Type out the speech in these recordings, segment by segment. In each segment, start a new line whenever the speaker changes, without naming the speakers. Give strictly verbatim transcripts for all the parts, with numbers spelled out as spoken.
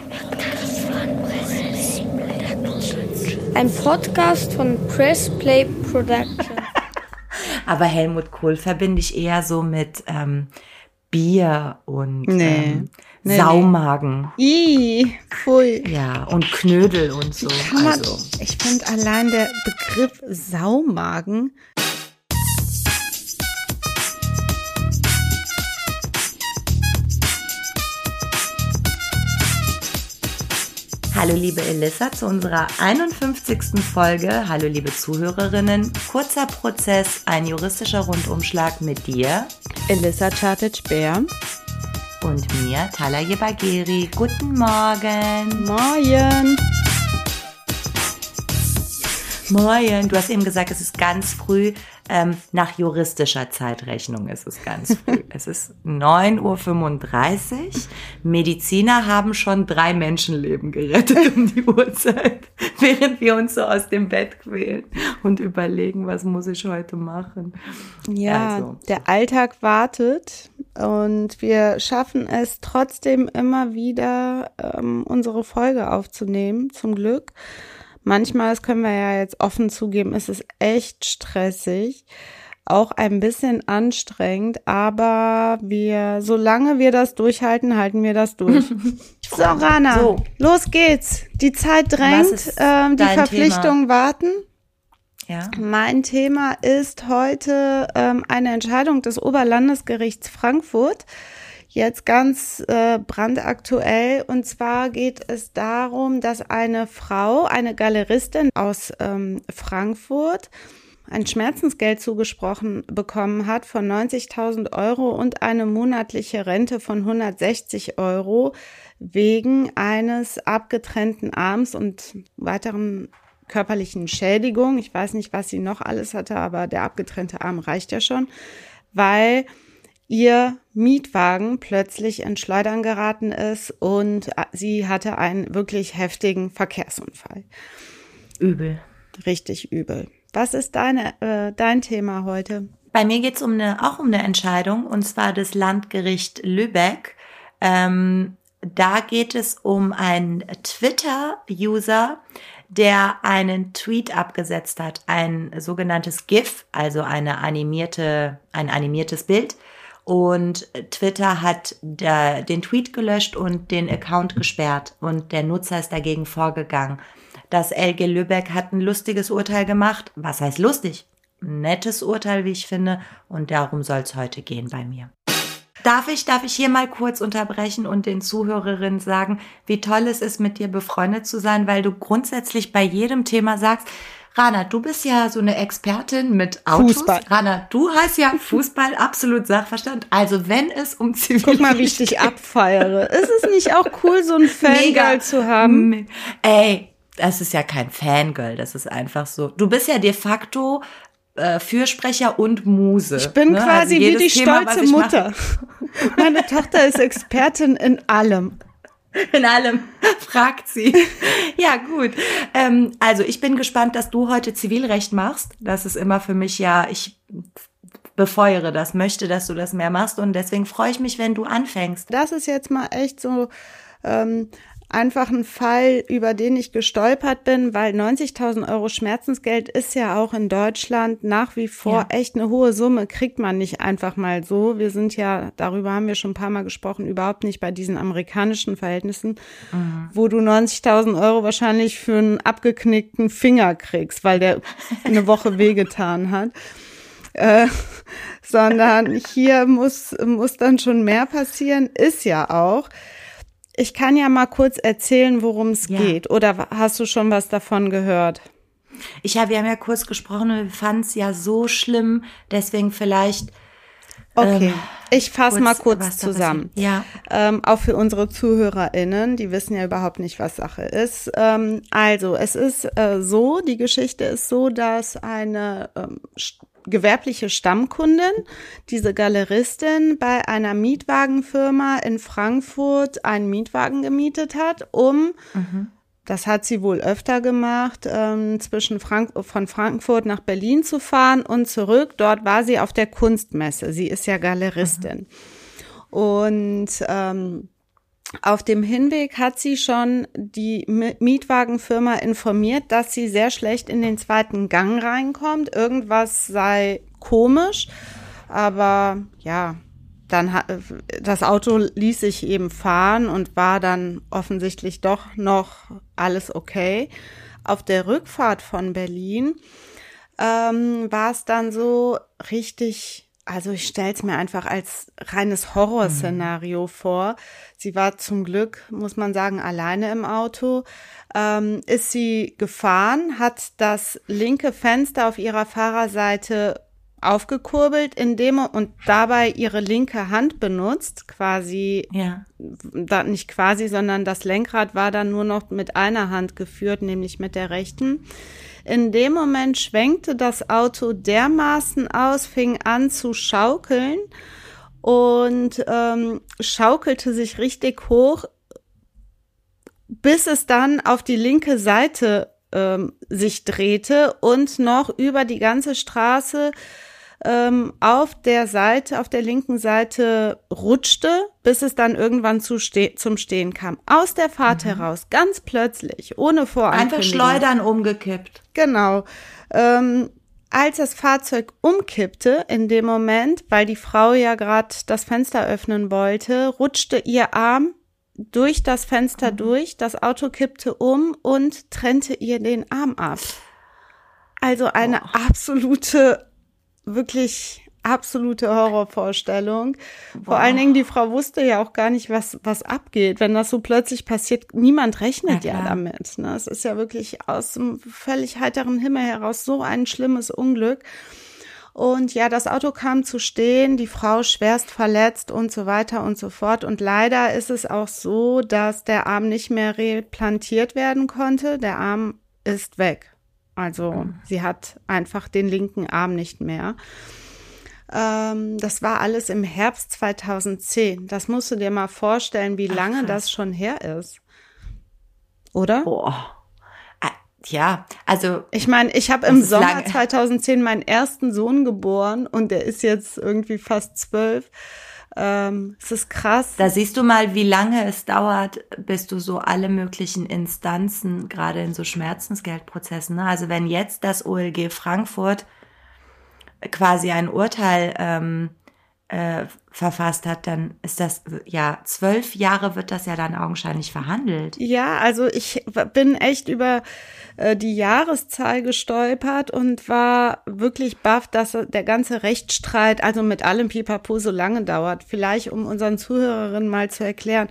Ein Podcast von Press Play Production.
Aber Helmut Kohl verbinde ich eher so mit ähm, Bier und
nee.
ähm,
nee,
Saumagen.
Nee. Ih, pfui.
Ja, und Knödel und so. Also.
Ich finde allein der Begriff Saumagen.
Hallo liebe Elissa zu unserer einundfünfzigsten Folge. Hallo liebe Zuhörerinnen. Kurzer Prozess, ein juristischer Rundumschlag mit dir.
Elissa Chartic-Bär.
Und mir, Talaye Bagheri. Guten Morgen.
Morgen.
Morgen. Du hast eben gesagt, es ist ganz früh. Ähm, nach juristischer Zeitrechnung ist es ganz früh. Es ist neun Uhr fünfunddreißig. Mediziner haben schon drei Menschenleben gerettet um die Uhrzeit, während wir uns so aus dem Bett quälen und überlegen, was muss ich heute machen.
Ja,
also.
Der Alltag wartet und wir schaffen es trotzdem immer wieder, ähm, unsere Folge aufzunehmen, zum Glück. Manchmal, das können wir ja jetzt offen zugeben, ist es echt stressig, auch ein bisschen anstrengend, aber wir, solange wir das durchhalten, halten wir das durch. So, Rana, so. Los geht's. Die Zeit drängt, ähm, die Verpflichtungen warten.
Ja.
Mein Thema ist heute ähm, eine Entscheidung des Oberlandesgerichts Frankfurt. Jetzt ganz äh, brandaktuell, und zwar geht es darum, dass eine Frau, eine Galeristin aus ähm, Frankfurt, ein Schmerzensgeld zugesprochen bekommen hat von neunzigtausend Euro und eine monatliche Rente von hundertsechzig Euro wegen eines abgetrennten Arms und weiteren körperlichen Schädigung. Ich weiß nicht, was sie noch alles hatte, aber der abgetrennte Arm reicht ja schon, weil ihr Mietwagen plötzlich in Schleudern geraten ist und sie hatte einen wirklich heftigen Verkehrsunfall.
Übel.
Richtig übel. Was ist deine, äh, dein Thema heute?
Bei mir geht's um eine, auch um eine Entscheidung, und zwar das Landgericht Lübeck. Ähm, da geht es um einen Twitter-User, der einen Tweet abgesetzt hat, ein sogenanntes GIF, also eine animierte, ein animiertes Bild. Und Twitter hat da den Tweet gelöscht und den Account gesperrt. Und der Nutzer ist dagegen vorgegangen. Das L G Lübeck hat ein lustiges Urteil gemacht. Was heißt lustig? Ein nettes Urteil, wie ich finde. Und darum soll es heute gehen bei mir. Darf ich, darf ich hier mal kurz unterbrechen und den Zuhörerinnen sagen, wie toll es ist, mit dir befreundet zu sein, weil du grundsätzlich bei jedem Thema sagst, Rana, du bist ja so eine Expertin mit Autos.
Fußball.
Rana, du hast ja Fußball, absolut Sachverstand. Also wenn es um Zivilrecht
Guck mal, wie ich dich abfeiere. Ist es nicht auch cool, so ein Fangirl zu haben?
Ey, das ist ja kein Fangirl, das ist einfach so. Du bist ja de facto äh, Fürsprecher und Muse.
Ich bin
ne?
quasi
also
wie die
Thema,
stolze Mutter. Meine Tochter ist Expertin in allem.
In allem, fragt sie. Ja, gut. Ähm, also ich bin gespannt, dass du heute Zivilrecht machst. Das ist immer für mich ja, ich befeuere das, möchte, dass du das mehr machst. Und deswegen freue ich mich, wenn du anfängst.
Das ist jetzt mal echt so ähm, einfach ein Fall, über den ich gestolpert bin, weil neunzigtausend Euro Schmerzensgeld ist ja auch in Deutschland nach wie vor ja. echt eine hohe Summe, kriegt man nicht einfach mal so. Wir sind ja, darüber haben wir schon ein paar Mal gesprochen, überhaupt nicht bei diesen amerikanischen Verhältnissen, mhm. wo du neunzigtausend Euro wahrscheinlich für einen abgeknickten Finger kriegst, weil der eine Woche wehgetan hat. Äh, sondern hier muss, muss dann schon mehr passieren, ist ja auch. Ich kann ja mal kurz erzählen, worum es ja. geht. Oder hast du schon was davon gehört?
Ich habe, wir haben ja kurz gesprochen und wir fanden es ja so schlimm, deswegen vielleicht.
Okay,
ähm,
ich fasse mal kurz zusammen.
Ja.
Ähm, auch für unsere ZuhörerInnen, die wissen ja überhaupt nicht, was Sache ist. Ähm, also, es ist äh, so, die Geschichte ist so, dass eine ähm, gewerbliche Stammkundin, diese Galeristin, bei einer Mietwagenfirma in Frankfurt einen Mietwagen gemietet hat, um, mhm. das hat sie wohl öfter gemacht, ähm, zwischen Frank- von Frankfurt nach Berlin zu fahren und zurück. Dort war sie auf der Kunstmesse. Sie ist ja Galeristin. Mhm. Und ähm, Auf dem Hinweg hat sie schon die Mietwagenfirma informiert, dass sie sehr schlecht in den zweiten Gang reinkommt. Irgendwas sei komisch, aber ja, dann hat das Auto ließ sich eben fahren und war dann offensichtlich doch noch alles okay. Auf der Rückfahrt von Berlin ähm, war es dann so richtig. Also ich stelle es mir einfach als reines Horrorszenario mhm. vor. Sie war zum Glück, muss man sagen, alleine im Auto. Ähm, ist sie gefahren, hat das linke Fenster auf ihrer Fahrerseite aufgekurbelt, indem und dabei ihre linke Hand benutzt, quasi,
ja.
da, nicht quasi, sondern das Lenkrad war dann nur noch mit einer Hand geführt, nämlich mit der rechten. In dem Moment schwenkte das Auto dermaßen aus, fing an zu schaukeln und ähm, schaukelte sich richtig hoch, bis es dann auf die linke Seite ähm, sich drehte und noch über die ganze Straße ähm, auf der Seite, auf der linken Seite rutschte, bis es dann irgendwann zu ste- zum Stehen kam. Aus der Fahrt mhm. heraus, ganz plötzlich, ohne Vorankündigung.
Einfach schleudern umgekippt.
Genau. Ähm, als das Fahrzeug umkippte, in dem Moment, weil die Frau ja gerade das Fenster öffnen wollte, rutschte ihr Arm durch das Fenster mhm. durch, das Auto kippte um und trennte ihr den Arm ab. Also eine oh. absolute, wirklich absolute Horrorvorstellung. Wow. Vor allen Dingen, die Frau wusste ja auch gar nicht, was was abgeht. Wenn das so plötzlich passiert, niemand rechnet ja, ja damit. Ne? Es ist ja wirklich aus dem völlig heiteren Himmel heraus so ein schlimmes Unglück. Und ja, das Auto kam zu stehen, die Frau schwerst verletzt und so weiter und so fort. Und leider ist es auch so, dass der Arm nicht mehr replantiert werden konnte. Der Arm ist weg. Also mhm. sie hat einfach den linken Arm nicht mehr. Ähm, das war alles im Herbst zweitausendzehn. Das musst du dir mal vorstellen, wie Ach, lange krass. das schon her ist. Oder?
Boah. Ja, also
ich meine, ich habe im Sommer lange. zweitausendzehn meinen ersten Sohn geboren und der ist jetzt irgendwie fast zwölf. Ähm, es ist krass.
Da siehst du mal, wie lange es dauert, bis du so alle möglichen Instanzen, gerade in so Schmerzensgeldprozessen, ne? Also wenn jetzt das O L G Frankfurt quasi ein Urteil ähm, äh, verfasst hat, dann ist das, ja, zwölf Jahre wird das ja dann augenscheinlich verhandelt.
Ja, also ich bin echt über äh, die Jahreszahl gestolpert und war wirklich baff, dass der ganze Rechtsstreit, also mit allem Pipapo, so lange dauert. Vielleicht, um unseren Zuhörerinnen mal zu erklären,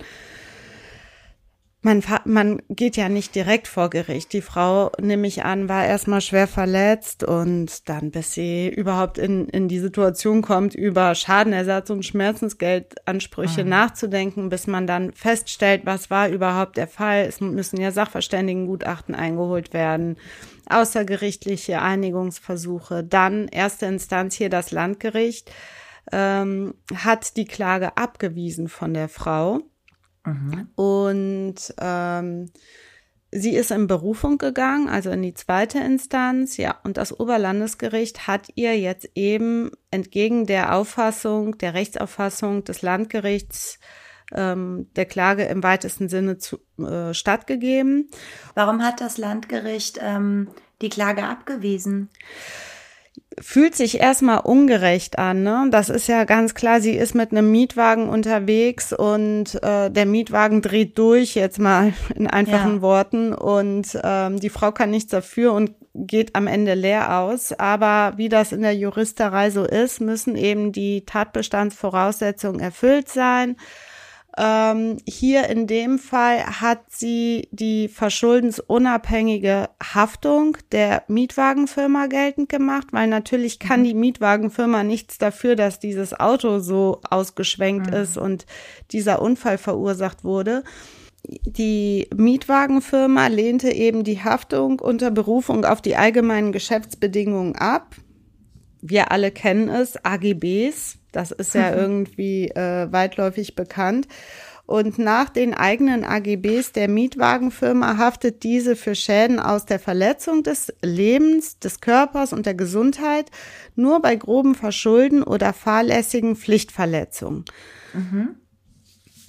Man, man geht ja nicht direkt vor Gericht. Die Frau, nehme ich an, war erstmal schwer verletzt und dann, bis sie überhaupt in, in die Situation kommt, über Schadenersatz und Schmerzensgeldansprüche mhm. nachzudenken, bis man dann feststellt, was war überhaupt der Fall. Es müssen ja Sachverständigengutachten eingeholt werden, außergerichtliche Einigungsversuche. Dann erste Instanz hier das Landgericht ähm, hat die Klage abgewiesen von der Frau. Mhm. Und ähm, sie ist in Berufung gegangen, also in die zweite Instanz, ja, und das Oberlandesgericht hat ihr jetzt eben entgegen der Auffassung, der Rechtsauffassung des Landgerichts ähm, der Klage im weitesten Sinne zu, äh, stattgegeben.
Warum hat das Landgericht ähm, die Klage abgewiesen?
Fühlt sich erstmal ungerecht an, ne? Das ist ja ganz klar, sie ist mit einem Mietwagen unterwegs und äh, der Mietwagen dreht durch, jetzt mal in einfachen ja. Worten, und ähm, die Frau kann nichts dafür und geht am Ende leer aus. Aber wie das in der Juristerei so ist, müssen eben die Tatbestandsvoraussetzungen erfüllt sein. Ähm, hier in dem Fall hat sie die verschuldensunabhängige Haftung der Mietwagenfirma geltend gemacht, weil natürlich kann die Mietwagenfirma nichts dafür, dass dieses Auto so ausgeschwenkt mhm. ist und dieser Unfall verursacht wurde. Die Mietwagenfirma lehnte eben die Haftung unter Berufung auf die allgemeinen Geschäftsbedingungen ab. Wir alle kennen es, A G Bs. Das ist ja mhm. irgendwie äh, weitläufig bekannt. Und nach den eigenen A G Bs der Mietwagenfirma haftet diese für Schäden aus der Verletzung des Lebens, des Körpers und der Gesundheit nur bei groben Verschulden oder fahrlässigen Pflichtverletzungen. Mhm.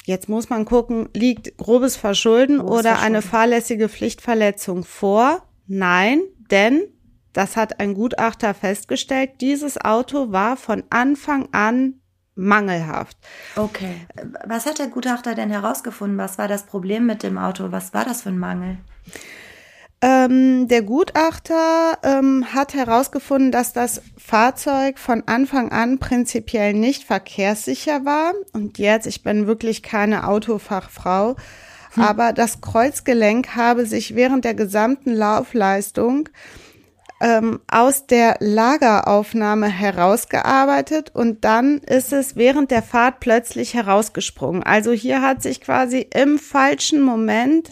Jetzt muss man gucken, liegt grobes Verschulden
Grobes
oder
Verschulden.
eine fahrlässige Pflichtverletzung vor? Nein, denn das hat ein Gutachter festgestellt, dieses Auto war von Anfang an mangelhaft.
Okay. Was hat der Gutachter denn herausgefunden? Was war das Problem mit dem Auto? Was war das für ein Mangel?
Ähm, der Gutachter ähm, hat herausgefunden, dass das Fahrzeug von Anfang an prinzipiell nicht verkehrssicher war. Und jetzt, ich bin wirklich keine Autofachfrau, hm. aber das Kreuzgelenk habe sich während der gesamten Laufleistung ähm, aus der Lageraufnahme herausgearbeitet und dann ist es während der Fahrt plötzlich herausgesprungen. Also hier hat sich quasi im falschen Moment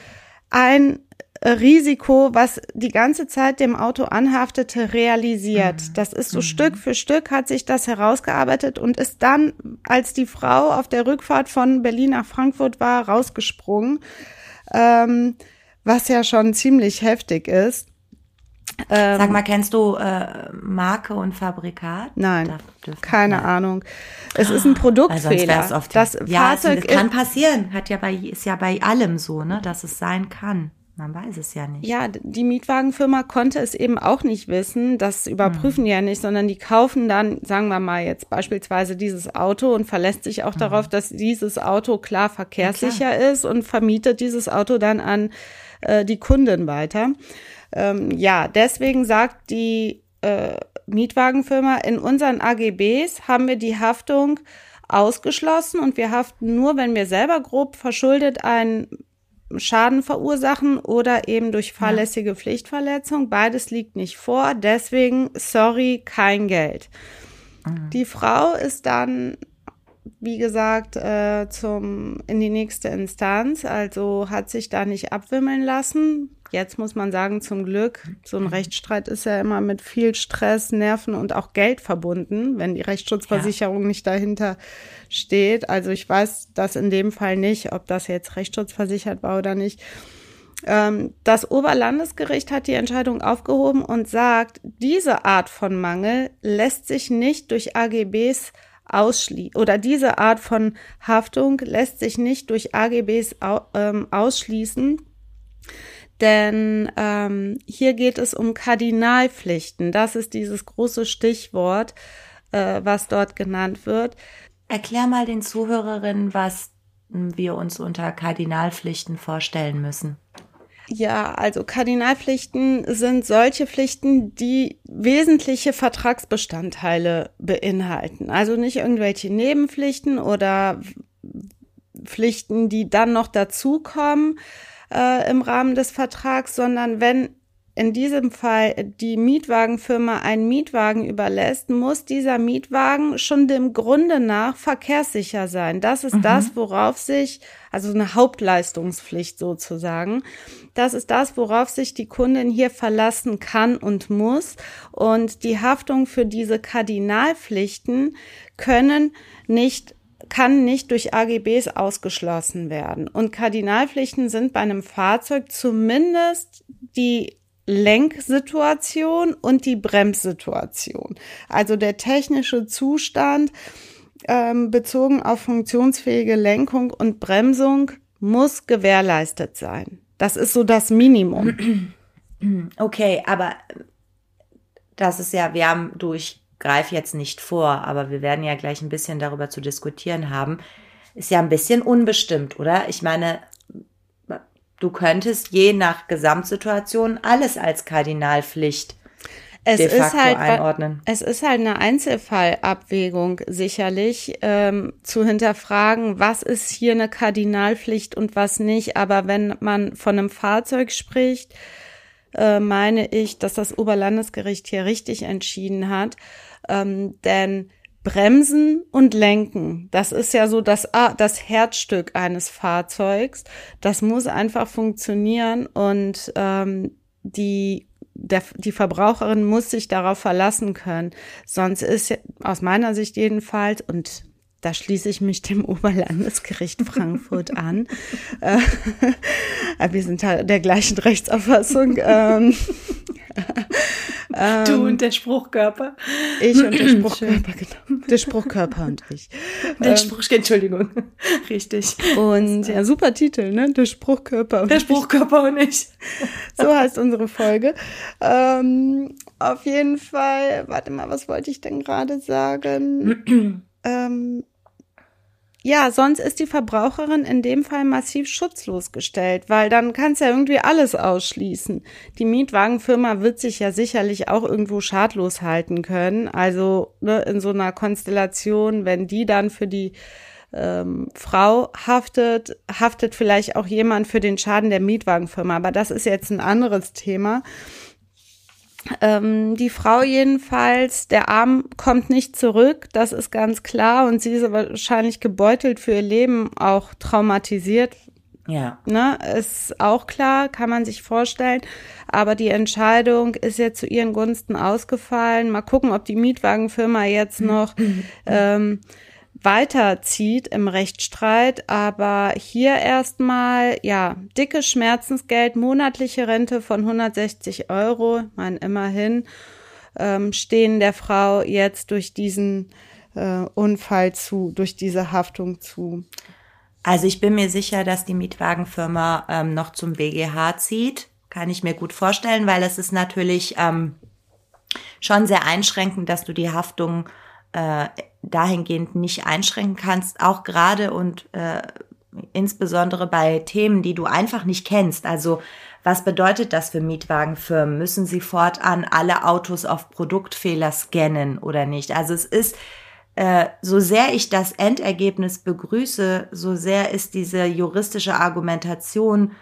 ein Risiko, was die ganze Zeit dem Auto anhaftete, realisiert.
Mhm.
Das ist so
mhm.
Stück für Stück hat sich das herausgearbeitet und ist dann, als die Frau auf der Rückfahrt von Berlin nach Frankfurt war, rausgesprungen, ähm, was ja schon ziemlich heftig ist. Ähm,
Sag mal, kennst du äh, Marke und Fabrikat?
Nein,
Darf,
keine
nein.
Ahnung. Es ist ein Produktfehler.
Also oft
das
ja,
Fahrzeug
es kann
ist,
passieren. Hat ja bei, ist ja bei allem so, ne, dass es sein kann. Man weiß es ja nicht.
Ja, die Mietwagenfirma konnte es eben auch nicht wissen. Das überprüfen die ja nicht, sondern die kaufen dann, sagen wir mal jetzt beispielsweise dieses Auto und verlässt sich auch mhm. darauf, dass dieses Auto klar verkehrssicher klar. ist und vermietet dieses Auto dann an äh, die Kunden weiter. Ähm, ja, deswegen sagt die äh, Mietwagenfirma, in unseren A G Bs haben wir die Haftung ausgeschlossen und wir haften nur, wenn wir selber grob verschuldet einen Schaden verursachen oder eben durch fahrlässige ja. Pflichtverletzung. Beides liegt nicht vor, deswegen, sorry, kein Geld. Mhm. Die Frau ist dann, wie gesagt, äh, zum in die nächste Instanz, also hat sich da nicht abwimmeln lassen. Jetzt muss man sagen, zum Glück, so ein Rechtsstreit ist ja immer mit viel Stress, Nerven und auch Geld verbunden, wenn die Rechtsschutzversicherung ja. nicht dahinter steht. Also ich weiß das in dem Fall nicht, ob das jetzt rechtsschutzversichert war oder nicht. Ähm, das Oberlandesgericht hat die Entscheidung aufgehoben und sagt, diese Art von Mangel lässt sich nicht durch A G Bs ausschließen oder diese Art von Haftung lässt sich nicht durch A G Bs au- ähm, ausschließen. Denn ähm, hier geht es um Kardinalpflichten. Das ist dieses große Stichwort, äh, was dort genannt wird.
Erklär mal den Zuhörerinnen, was wir uns unter Kardinalpflichten vorstellen müssen.
Ja, also Kardinalpflichten sind solche Pflichten, die wesentliche Vertragsbestandteile beinhalten. Also nicht irgendwelche Nebenpflichten oder Pflichten, die dann noch dazukommen äh, im Rahmen des Vertrags, sondern wenn in diesem Fall die Mietwagenfirma einen Mietwagen überlässt, muss dieser Mietwagen schon dem Grunde nach verkehrssicher sein. Das ist mhm. das, worauf sich, also eine Hauptleistungspflicht sozusagen, das ist das, worauf sich die Kundin hier verlassen kann und muss. Und die Haftung für diese Kardinalpflichten können nicht kann nicht durch A G Bs ausgeschlossen werden. Und Kardinalpflichten sind bei einem Fahrzeug zumindest die Lenksituation und die Bremssituation. Also der technische Zustand ähm, bezogen auf funktionsfähige Lenkung und Bremsung muss gewährleistet sein. Das ist so das Minimum.
Okay, aber das ist ja, wir haben durch greife jetzt nicht vor, aber wir werden ja gleich ein bisschen darüber zu diskutieren haben, ist ja ein bisschen unbestimmt, oder? Ich meine, du könntest je nach Gesamtsituation alles als Kardinalpflicht
es
de facto
ist halt,
einordnen.
Es ist halt eine Einzelfallabwägung sicherlich, ähm, zu hinterfragen, was ist hier eine Kardinalpflicht und was nicht. Aber wenn man von einem Fahrzeug spricht, äh, meine ich, dass das Oberlandesgericht hier richtig entschieden hat. Ähm, denn Bremsen und Lenken, das ist ja so das, das Herzstück eines Fahrzeugs. Das muss einfach funktionieren und ähm, die, der, die Verbraucherin muss sich darauf verlassen können. Sonst ist aus meiner Sicht jedenfalls, und da schließe ich mich dem Oberlandesgericht Frankfurt an. äh, wir sind halt der gleichen Rechtsauffassung. Ähm,
Ähm, du und der Spruchkörper.
Ich und der Spruchkörper, genau. Der Spruchkörper und ich.
Der Spruch, Entschuldigung. Richtig.
Und ja, super Titel, ne? Der Spruchkörper und
Der Spruchkörper und ich.
So heißt unsere Folge. Ähm, auf jeden Fall, warte mal, was wollte ich denn gerade sagen? ähm, Ja, sonst ist die Verbraucherin in dem Fall massiv schutzlos gestellt, weil dann kannst du ja irgendwie alles ausschließen. Die Mietwagenfirma wird sich ja sicherlich auch irgendwo schadlos halten können. Also ne, in so einer Konstellation, wenn die dann für die ähm, Frau haftet, haftet vielleicht auch jemand für den Schaden der Mietwagenfirma. Aber das ist jetzt ein anderes Thema. Ähm, die Frau jedenfalls, der Arm kommt nicht zurück, das ist ganz klar, und sie ist wahrscheinlich gebeutelt für ihr Leben, auch traumatisiert.
Ja.
Ne, ist auch klar, kann man sich vorstellen, aber die Entscheidung ist jetzt zu ihren Gunsten ausgefallen. Mal gucken, ob die Mietwagenfirma jetzt noch ähm, weiterzieht im Rechtsstreit, aber hier erstmal, ja, dickes Schmerzensgeld, monatliche Rente von hundertsechzig Euro, ich meine, immerhin ähm, stehen der Frau jetzt durch diesen äh, Unfall zu, durch diese Haftung zu.
Also ich bin mir sicher, dass die Mietwagenfirma ähm, noch zum B G H zieht, kann ich mir gut vorstellen, weil es ist natürlich ähm, schon sehr einschränkend, dass du die Haftung äh, dahingehend nicht einschränken kannst, auch gerade und äh, insbesondere bei Themen, die du einfach nicht kennst. Also was bedeutet das für Mietwagenfirmen? Müssen sie fortan alle Autos auf Produktfehler scannen oder nicht? Also es ist, äh, so sehr ich das Endergebnis begrüße, so sehr ist diese juristische Argumentation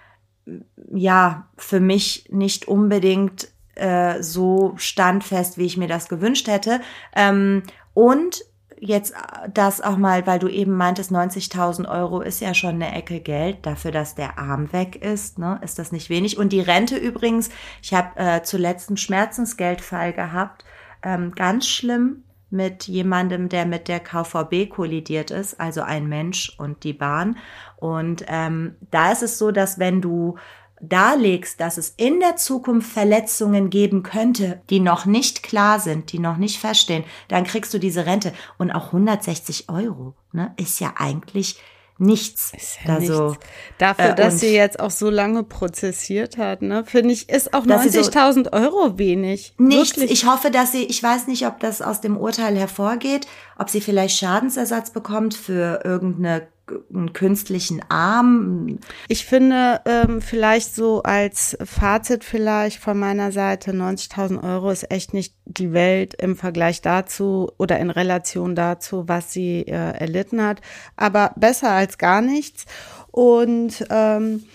ja für mich nicht unbedingt äh, so standfest, wie ich mir das gewünscht hätte. Ähm, Und jetzt das auch mal, weil du eben meintest, neunzigtausend Euro ist ja schon eine Ecke Geld. Dafür, dass der Arm weg ist, ne, ist das nicht wenig. Und die Rente übrigens, ich habe äh, zuletzt einen Schmerzensgeldfall gehabt, ähm, ganz schlimm mit jemandem, der mit der K V B kollidiert ist, also ein Mensch und die Bahn. Und ähm, da ist es so, dass wenn du darlegst, dass es in der Zukunft Verletzungen geben könnte, die noch nicht klar sind, die noch nicht feststehen, dann kriegst du diese Rente. Und auch hundertsechzig Euro, ne, ist ja eigentlich nichts.
Ist ja
also,
nichts. Dafür,
äh,
dass sie jetzt auch so lange prozessiert hat, ne, finde ich, ist auch neunzigtausend so Euro wenig.
Nichts.
Wirklich.
Ich hoffe, dass sie, ich weiß nicht, ob das aus dem Urteil hervorgeht, ob sie vielleicht Schadensersatz bekommt für irgendeine einen künstlichen Arm.
Ich finde, ähm, vielleicht so als Fazit vielleicht von meiner Seite, neunzigtausend Euro ist echt nicht die Welt im Vergleich dazu oder in Relation dazu, was sie äh, erlitten hat, aber besser als gar nichts. Und ähm,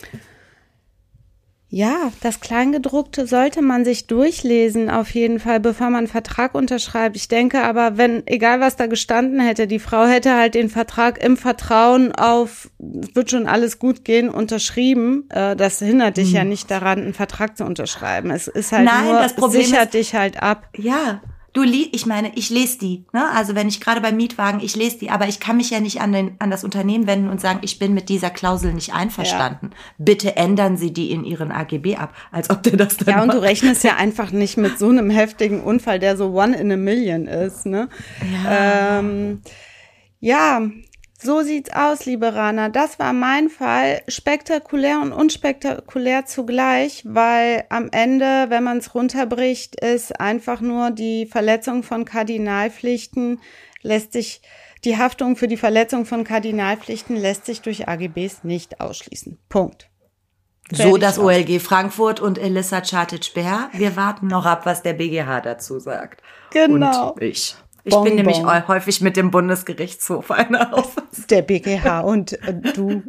ja, das Kleingedruckte sollte man sich durchlesen, auf jeden Fall, bevor man einen Vertrag unterschreibt. Ich denke aber, wenn, egal was da gestanden hätte, die Frau hätte halt den Vertrag im Vertrauen auf, wird schon alles gut gehen, unterschrieben. Äh, das hindert dich hm. ja nicht daran, einen Vertrag zu unterschreiben. Es ist halt
Nein,
nur,
das Problem
sichert
ist,
dich halt ab.
Ja, du li- ich meine, ich lese die, ne? Also wenn ich gerade beim Mietwagen, ich lese die, aber ich kann mich ja nicht an den an das Unternehmen wenden und sagen, ich bin mit dieser Klausel nicht einverstanden. Ja. Bitte ändern Sie die in Ihren A G B ab, als ob der das dann
Ja, und
macht.
du rechnest ja einfach nicht mit so einem heftigen Unfall, der so one in a million ist, ne?
Ja.
Ähm, ja, so sieht's aus, liebe Rana. Das war mein Fall. Spektakulär und unspektakulär zugleich, weil am Ende, wenn man es runterbricht, ist einfach nur die Verletzung von Kardinalpflichten, lässt sich, die Haftung für die Verletzung von Kardinalpflichten lässt sich durch A G Bs nicht ausschließen. Punkt.
So das O L G Frankfurt und Elissa Chartic-Bär. Wir warten noch ab, was der B G H dazu sagt.
Genau.
Und ich. Ich
Bon,
bin nämlich
bon.
häufig mit dem Bundesgerichtshof einer auf.
Der B G H und äh, du.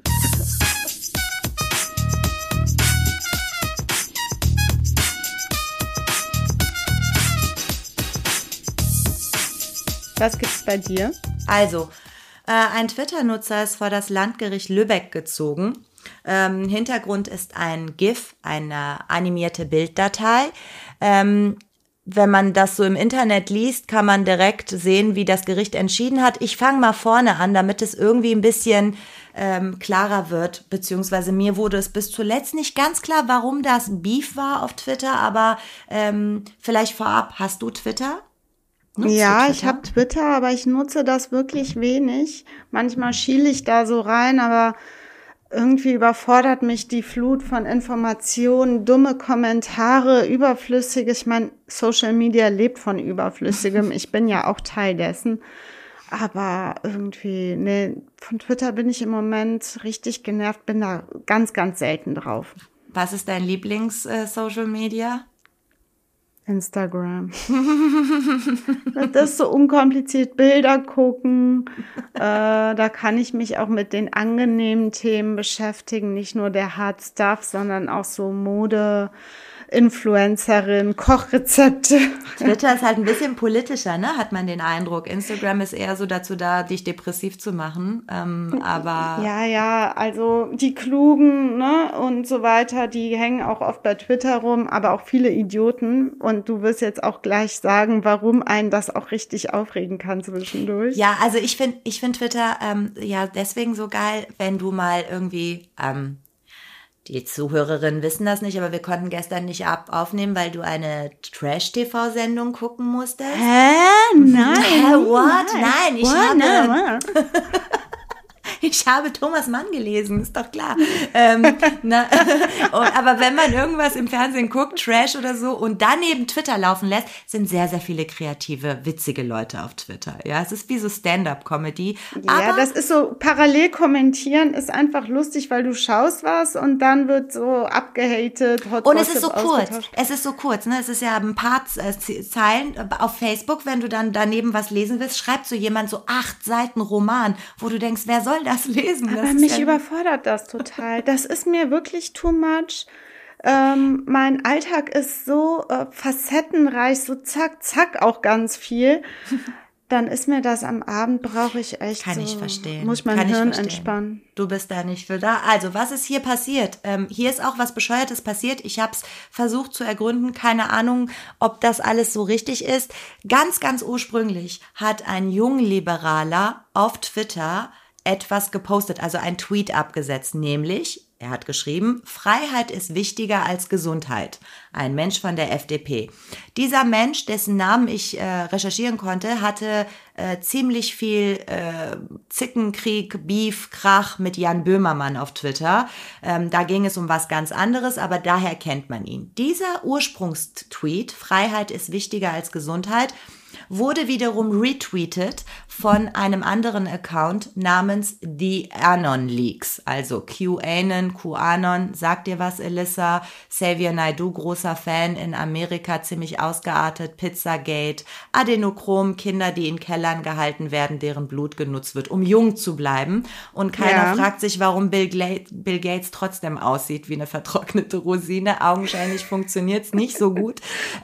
Was gibt's bei dir?
Also, äh, ein Twitter-Nutzer ist vor das Landgericht Lübeck gezogen. Ähm, Hintergrund ist ein GIF, eine animierte Bilddatei. Ähm, wenn man das so im Internet liest, kann man direkt sehen, wie das Gericht entschieden hat. Ich fange mal vorne an, damit es irgendwie ein bisschen ähm, klarer wird, beziehungsweise mir wurde es bis zuletzt nicht ganz klar, warum das Beef war auf Twitter, aber ähm, vielleicht vorab, hast du Twitter?
Nutzt ja, Twitter? Ich habe Twitter, aber ich nutze das wirklich wenig. Manchmal schiele ich da so rein, aber irgendwie überfordert mich die Flut von Informationen, dumme Kommentare, Überflüssiges. Ich meine, Social Media lebt von Überflüssigem. Ich bin ja auch Teil dessen. Aber irgendwie, nee, von Twitter bin ich im Moment richtig genervt, bin da ganz, ganz selten drauf.
Was ist dein Lieblings-Social Media?
Instagram. Das ist so unkompliziert, Bilder gucken. Äh, da kann ich mich auch mit den angenehmen Themen beschäftigen. Nicht nur der Hard Stuff, sondern auch so Mode, Influencerin, Kochrezepte.
Twitter ist halt ein bisschen politischer, ne? Hat man den Eindruck. Instagram ist eher so dazu da, dich depressiv zu machen. Ähm, aber
ja, ja, also die Klugen, ne, und so weiter, die hängen auch oft bei Twitter rum, aber auch viele Idioten. Und du wirst jetzt auch gleich sagen, warum einen das auch richtig aufregen kann zwischendurch.
Ja, also ich finde, ich finde Twitter ähm, ja deswegen so geil, wenn du mal irgendwie ähm, die Zuhörerinnen wissen das nicht, aber wir konnten gestern nicht ab aufnehmen, weil du eine Trash-T V-Sendung gucken musstest.
Hä? Nein.
Hä, what? Nein, nein ich
what?
habe...
Nein.
Ich habe Thomas Mann gelesen, ist doch klar. ähm, na, und, aber wenn man irgendwas im Fernsehen guckt, Trash oder so, und daneben Twitter laufen lässt, sind sehr, sehr viele kreative, witzige Leute auf Twitter. Ja, es ist wie so Stand-up-Comedy.
Ja,
aber
das ist so, parallel kommentieren ist einfach lustig, weil du schaust was und dann wird so abgehatet. Hot
und es ist so kurz. Es ist so kurz, ne? Es ist ja ein paar äh, Zeilen auf Facebook, wenn du dann daneben was lesen willst, schreibt so jemand so acht Seiten Roman, wo du denkst, wer soll das lesen?
Aber
das
mich
ja
überfordert das total. Das ist mir wirklich too much. Ähm, mein Alltag ist so äh, facettenreich, so zack, zack auch ganz viel. Dann ist mir das am Abend, brauche ich echt
Kann
so,
ich verstehen.
muss mein
Kann ich
Hirn
verstehen.
entspannen.
Du bist da nicht für da. Also, was ist hier passiert? Ähm, hier ist auch was Bescheuertes passiert. Ich habe es versucht zu ergründen. Keine Ahnung, ob das alles so richtig ist. Ganz, ganz ursprünglich hat ein Jungliberaler auf Twitter etwas gepostet, also ein Tweet abgesetzt, nämlich, er hat geschrieben, Freiheit ist wichtiger als Gesundheit. Ein Mensch von der F D P. Dieser Mensch, dessen Namen ich äh, recherchieren konnte, hatte äh, ziemlich viel äh, Zickenkrieg, Beef, Krach mit Jan Böhmermann auf Twitter. Ähm, da ging es um was ganz anderes, aber daher kennt man ihn. Dieser Ursprungstweet, Freiheit ist wichtiger als Gesundheit, wurde wiederum retweetet von einem anderen Account namens The Anon Leaks, also QAnon, QAnon, sagt dir was, Elissa? Xavier Naidoo, großer Fan in Amerika, ziemlich ausgeartet, Pizzagate, Adenochrom, Kinder, die in Kellern gehalten werden, deren Blut genutzt wird, um jung zu bleiben. Und keiner
Ja.
fragt sich, warum Bill, Gla- Bill Gates trotzdem aussieht wie eine vertrocknete Rosine. Augenscheinlich funktioniert's nicht so gut.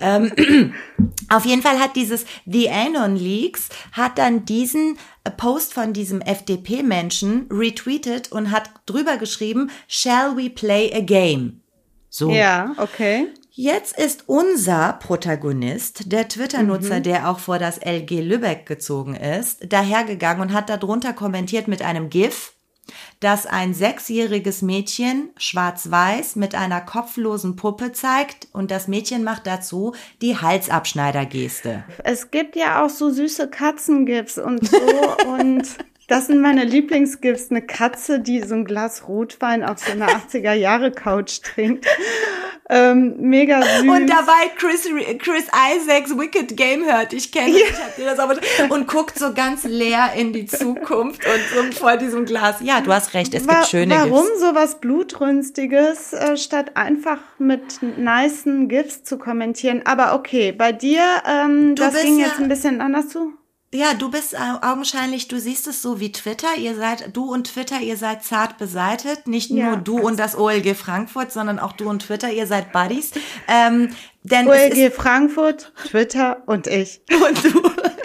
Ähm, auf jeden Fall hat dieses The Anon Leaks hat dann diesen Post von diesem F D P-Menschen retweetet und hat drüber geschrieben, shall we play a game? So.
Ja, okay.
Jetzt ist unser Protagonist, der Twitter-Nutzer, mhm. der auch vor das L G Lübeck gezogen ist, dahergegangen und hat darunter kommentiert mit einem GIF, dass ein sechsjähriges Mädchen schwarz-weiß mit einer kopflosen Puppe zeigt und das Mädchen macht dazu die Halsabschneider-Geste.
Es gibt ja auch so süße Katzengifs und so und das sind meine Lieblingsgifs. Eine Katze, die so ein Glas Rotwein auf so einer achtziger-Jahre-Couch trinkt. Ähm, mega süß.
Und dabei Chris, Chris Isaacs Wicked Game hört. Ich kenne
Ja.
ich hab dir das auch und guckt so ganz leer in die Zukunft und so vor diesem Glas. Ja, du hast recht, es
Wa-
gibt schöne
Warum
Gifs.
sowas Blutrünstiges, äh, statt einfach mit nicen Gifs zu kommentieren? Aber okay, bei dir, ähm,
Du
das
bist
ging
ja-
jetzt ein bisschen anders zu?
Ja, du bist äh, augenscheinlich, du siehst es so wie Twitter. Ihr seid, du und Twitter, ihr seid zart beseitet. Nicht
Ja,
nur du
fast.
und das O L G Frankfurt, sondern auch du und Twitter, ihr seid Buddies. Ähm, denn
O L
es
G
ist,
Frankfurt, Twitter und ich.
und du,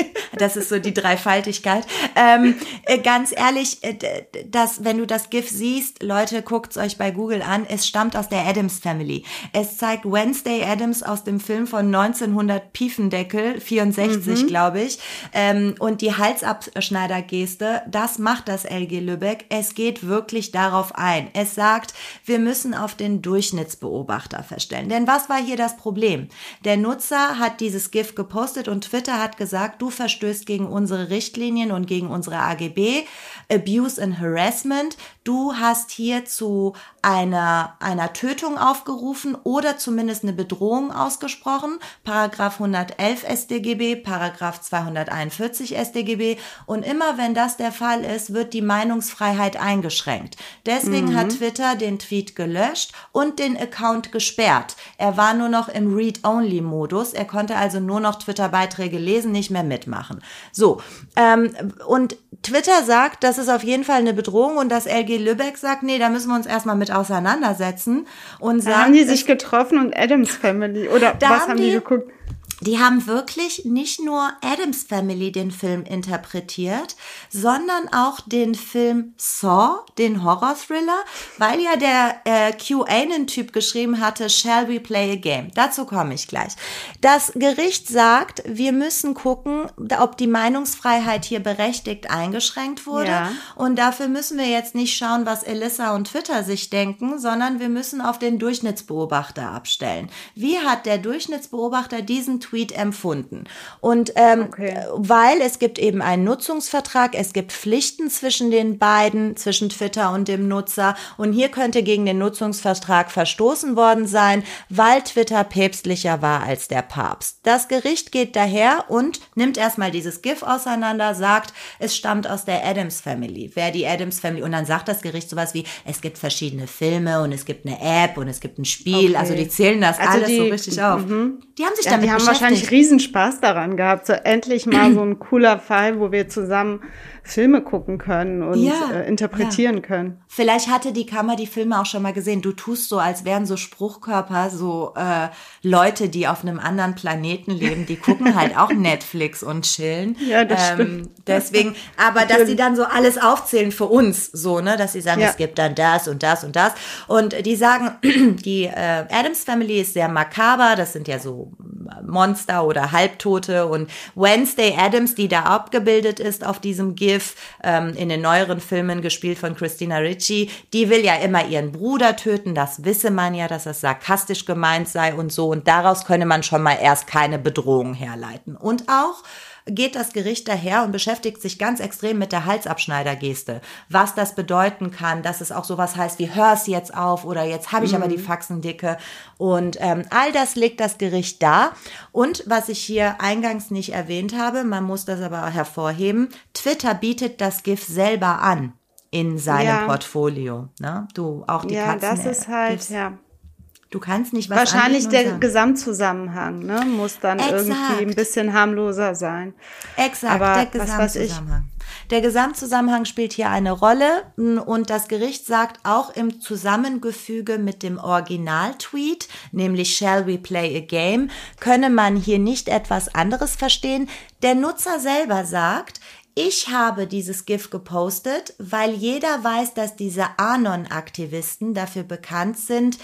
das ist so die Dreifaltigkeit. Ähm, äh, ganz ehrlich, äh, das, wenn du das GIF siehst, Leute, guckt's euch bei Google an, es stammt aus der Addams Family. Es zeigt Wednesday Addams aus dem Film von neunzehnhundert Piefendeckel, vierundsechzig, mhm. glaube ich. Ähm, und die Halsabschneidergeste, das macht das L G Lübeck. Es geht wirklich darauf ein. Es sagt, wir müssen auf den Durchschnittsbeobachter verstellen. Denn was war hier das Problem? Der Nutzer hat dieses GIF gepostet und Twitter hat gesagt, du verstößt gegen unsere Richtlinien und gegen unsere A G B, Abuse and Harassment. Du hast hier zu einer, einer Tötung aufgerufen oder zumindest eine Bedrohung ausgesprochen. Paragraph hundertelf S d G B, Paragraph zweihunderteinundvierzig S d G B. Und immer wenn das der Fall ist, wird die Meinungsfreiheit eingeschränkt. Deswegen mhm. hat Twitter den Tweet gelöscht und den Account gesperrt. Er war nur noch im Read-Only-Modus. Er konnte also nur noch Twitter-Beiträge lesen, nicht mehr mitmachen. So, ähm, und Twitter sagt, das ist auf jeden Fall eine Bedrohung und das L G Lübeck sagt, nee, da müssen wir uns erstmal mit auseinandersetzen und sagen.
Da haben die sich getroffen und Addams Family oder was haben die, die geguckt?
Die haben wirklich nicht nur Addams Family den Film interpretiert, sondern auch den Film Saw, den Horror-Thriller, weil ja der äh, QAnon-Typ geschrieben hatte, Shall we play a game? Dazu komme ich gleich. Das Gericht sagt, wir müssen gucken, ob die Meinungsfreiheit hier berechtigt eingeschränkt wurde. Ja. Und dafür müssen wir jetzt nicht schauen, was Elissa und Twitter sich denken, sondern wir müssen auf den Durchschnittsbeobachter abstellen. Wie hat der Durchschnittsbeobachter diesen Tweet empfunden? Und ähm, okay. weil es gibt eben einen Nutzungsvertrag, es gibt Pflichten zwischen den beiden, zwischen Twitter und dem Nutzer und hier könnte gegen den Nutzungsvertrag verstoßen worden sein, weil Twitter päpstlicher war als der Papst. Das Gericht geht daher und nimmt erstmal dieses GIF auseinander, sagt, es stammt aus der Addams Family. Wer die Addams Family? Und dann sagt das Gericht sowas wie, es gibt verschiedene Filme und es gibt eine App und es gibt ein Spiel. Okay. Also die zählen das also alles die, so richtig auf.
M-m.
Die haben sich
ja,
damit
die haben
beschäftigt.
Wahrscheinlich Riesenspaß daran gehabt. So endlich mal so ein cooler Fall, wo wir zusammen Filme gucken können und ja, äh, interpretieren ja. können.
Vielleicht hatte die Kammer die Filme auch schon mal gesehen. Du tust so, als wären so Spruchkörper, so äh, Leute, die auf einem anderen Planeten leben, die gucken halt auch Netflix und chillen.
Ja, das ähm,
stimmt. Deswegen, aber dass sie dann so alles aufzählen für uns, so, ne, dass sie sagen, ja. es gibt dann das und das und das. Und die sagen, die äh, Addams Family ist sehr makaber, das sind ja so Monster oder Halbtote und Wednesday Addams, die da abgebildet ist auf diesem GIF, ähm, in den neueren Filmen gespielt von Christina Ricci, die will ja immer ihren Bruder töten, das wisse man ja, dass das sarkastisch gemeint sei und so und daraus könne man schon mal erst keine Bedrohung herleiten. Und auch geht das Gericht daher und beschäftigt sich ganz extrem mit der Halsabschneidergeste, was das bedeuten kann, dass es auch sowas heißt wie hör's jetzt auf oder jetzt habe ich mhm. aber die Faxen dicke und ähm, all das legt das Gericht dar und was ich hier eingangs nicht erwähnt habe, man muss das aber hervorheben, Twitter bietet das GIF selber an in seinem ja. Portfolio, ne? Du, auch die
ja,
Katzen.
Ja, das ist halt,
GIFs.
ja.
Du kannst nicht was
Wahrscheinlich der
sagen.
Gesamtzusammenhang, ne, muss dann Exakt. irgendwie ein bisschen harmloser sein.
Exakt,
aber
der Gesamtzusammenhang. Der Gesamtzusammenhang spielt hier eine Rolle und das Gericht sagt auch im Zusammengefüge mit dem Original-Tweet, nämlich Shall we play a game, könne man hier nicht etwas anderes verstehen. Der Nutzer selber sagt, ich habe dieses GIF gepostet, weil jeder weiß, dass diese Anon-Aktivisten dafür bekannt sind,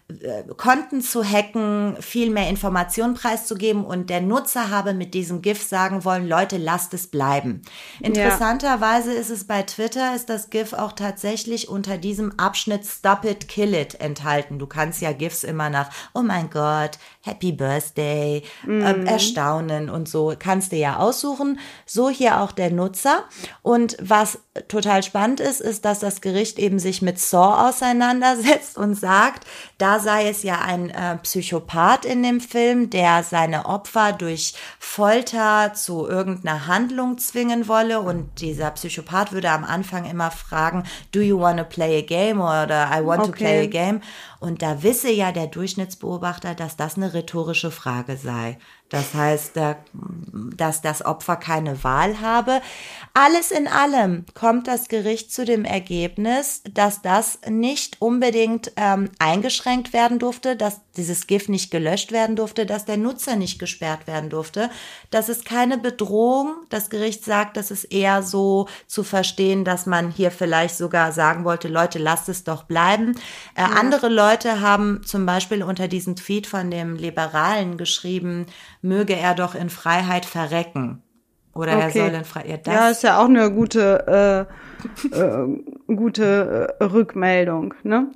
Konten zu hacken, viel mehr Informationen preiszugeben und der Nutzer habe mit diesem GIF sagen wollen, Leute, lasst es bleiben. Interessanterweise ist es bei Twitter, ist das GIF auch tatsächlich unter diesem Abschnitt Stop it, kill it enthalten. Du kannst ja GIFs immer nach, oh mein Gott, Happy Birthday, mm. äh, Erstaunen und so, kannst du ja aussuchen. So hier auch der Nutzer. Und was total spannend ist, ist, dass das Gericht eben sich mit Saw auseinandersetzt und sagt, da sei es ja ein äh, Psychopath in dem Film, der seine Opfer durch Folter zu irgendeiner Handlung zwingen wolle und dieser Psychopath würde am Anfang immer fragen, do you want to play a game oder I want okay. to play a game und da wisse ja der Durchschnittsbeobachter, dass das eine rhetorische Frage sei. Das heißt, dass das Opfer keine Wahl habe. Alles in allem kommt das Gericht zu dem Ergebnis, dass das nicht unbedingt ähm, eingeschränkt werden durfte, dass dieses GIF nicht gelöscht werden durfte, dass der Nutzer nicht gesperrt werden durfte. Das ist keine Bedrohung. Das Gericht sagt, das ist eher so zu verstehen, dass man hier vielleicht sogar sagen wollte, Leute, lasst es doch bleiben. Äh, ja. Andere Leute haben zum Beispiel unter diesem Tweet von dem Liberalen geschrieben, möge er doch in Freiheit verrecken. Oder okay. Er soll in Freiheit. Ja,
ja, ist ja auch eine gute, äh, äh, gute äh, Rückmeldung, ne?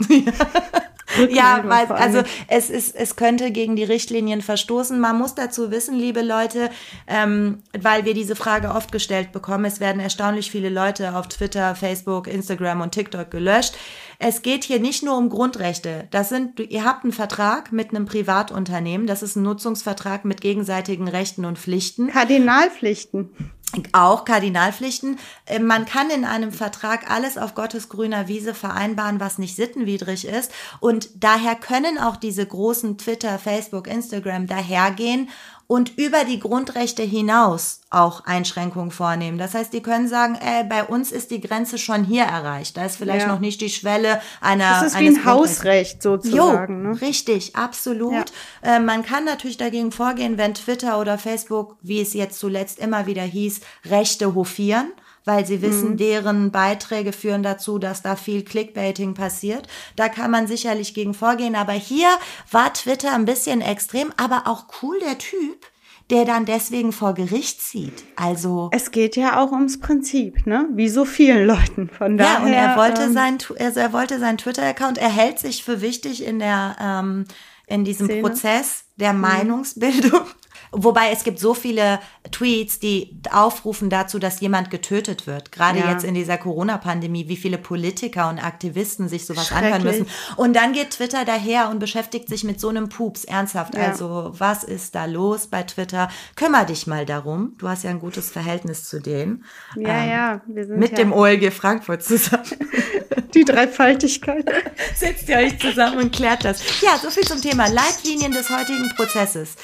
Ja, weil, also es ist, es könnte gegen die Richtlinien verstoßen. Man muss dazu wissen, liebe Leute, ähm, weil wir diese Frage oft gestellt bekommen, es werden erstaunlich viele Leute auf Twitter, Facebook, Instagram und TikTok gelöscht. Es geht hier nicht nur um Grundrechte. Das sind, ihr habt einen Vertrag mit einem Privatunternehmen. Das ist ein Nutzungsvertrag mit gegenseitigen Rechten und Pflichten.
Kardinalpflichten.
Auch Kardinalpflichten. Man kann in einem Vertrag alles auf Gottes grüner Wiese vereinbaren, was nicht sittenwidrig ist. Und daher können auch diese großen Twitter, Facebook, Instagram dahergehen und über die Grundrechte hinaus auch Einschränkungen vornehmen. Das heißt, die können sagen, ey, bei uns ist die Grenze schon hier erreicht. Da ist vielleicht ja. noch nicht die Schwelle einer.
Das ist wie ein Hausrecht sozusagen.
Jo,
ne?
Richtig, absolut. Ja. Äh, man kann natürlich dagegen vorgehen, wenn Twitter oder Facebook, wie es jetzt zuletzt immer wieder hieß, Rechte hofieren, weil sie wissen, mhm. deren Beiträge führen dazu, dass da viel Clickbaiting passiert. Da kann man sicherlich gegen vorgehen. Aber hier war Twitter ein bisschen extrem, aber auch cool der Typ, der dann deswegen vor Gericht zieht. Also
es geht ja auch ums Prinzip, ne? Wie so vielen Leuten. Von daher.
Ja, und er wollte ähm, sein, also er wollte seinen Twitter-Account, er hält sich für wichtig in der ähm, in diesem Szene. Prozess der mhm. Meinungsbildung. Wobei es gibt so viele Tweets, die aufrufen dazu, dass jemand getötet wird. Gerade ja. jetzt in dieser Corona-Pandemie, wie viele Politiker und Aktivisten sich sowas anhören müssen. Und dann geht Twitter daher und beschäftigt sich mit so einem Pups. Ernsthaft. Ja. Also was ist da los bei Twitter? Kümmer dich mal darum. Du hast ja ein gutes Verhältnis zu denen.
Ja, ähm, ja. Wir sind
mit
ja
dem O L G Frankfurt zusammen.
Die Dreifaltigkeit.
Setzt ihr euch zusammen und klärt das. Ja, so viel zum Thema Leitlinien des heutigen Prozesses.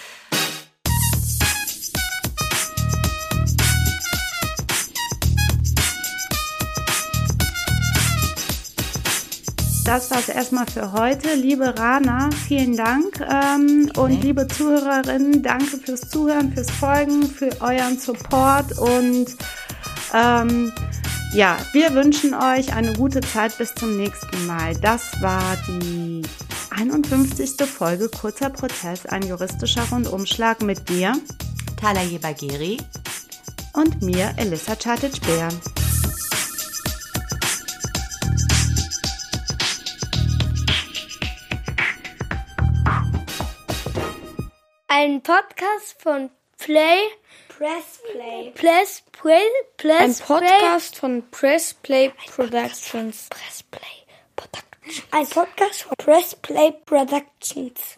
Das war's erstmal für heute. Liebe Rana, vielen Dank. Ähm, und okay. liebe Zuhörerinnen, danke fürs Zuhören, fürs Folgen, für euren Support. Und ähm, ja, wir wünschen euch eine gute Zeit bis zum nächsten Mal. Das war die einundfünfzigste Folge Kurzer Prozess, ein juristischer Rundumschlag mit dir,
Talaye Bagheri,
und mir, Elissa Čatic-Beer.
Ein Podcast von Play
Press Play.
Press Play. Press
Ein Podcast
Play.
von Press Play Productions.
Press Play Productions.
Ein Podcast von Press Play Productions.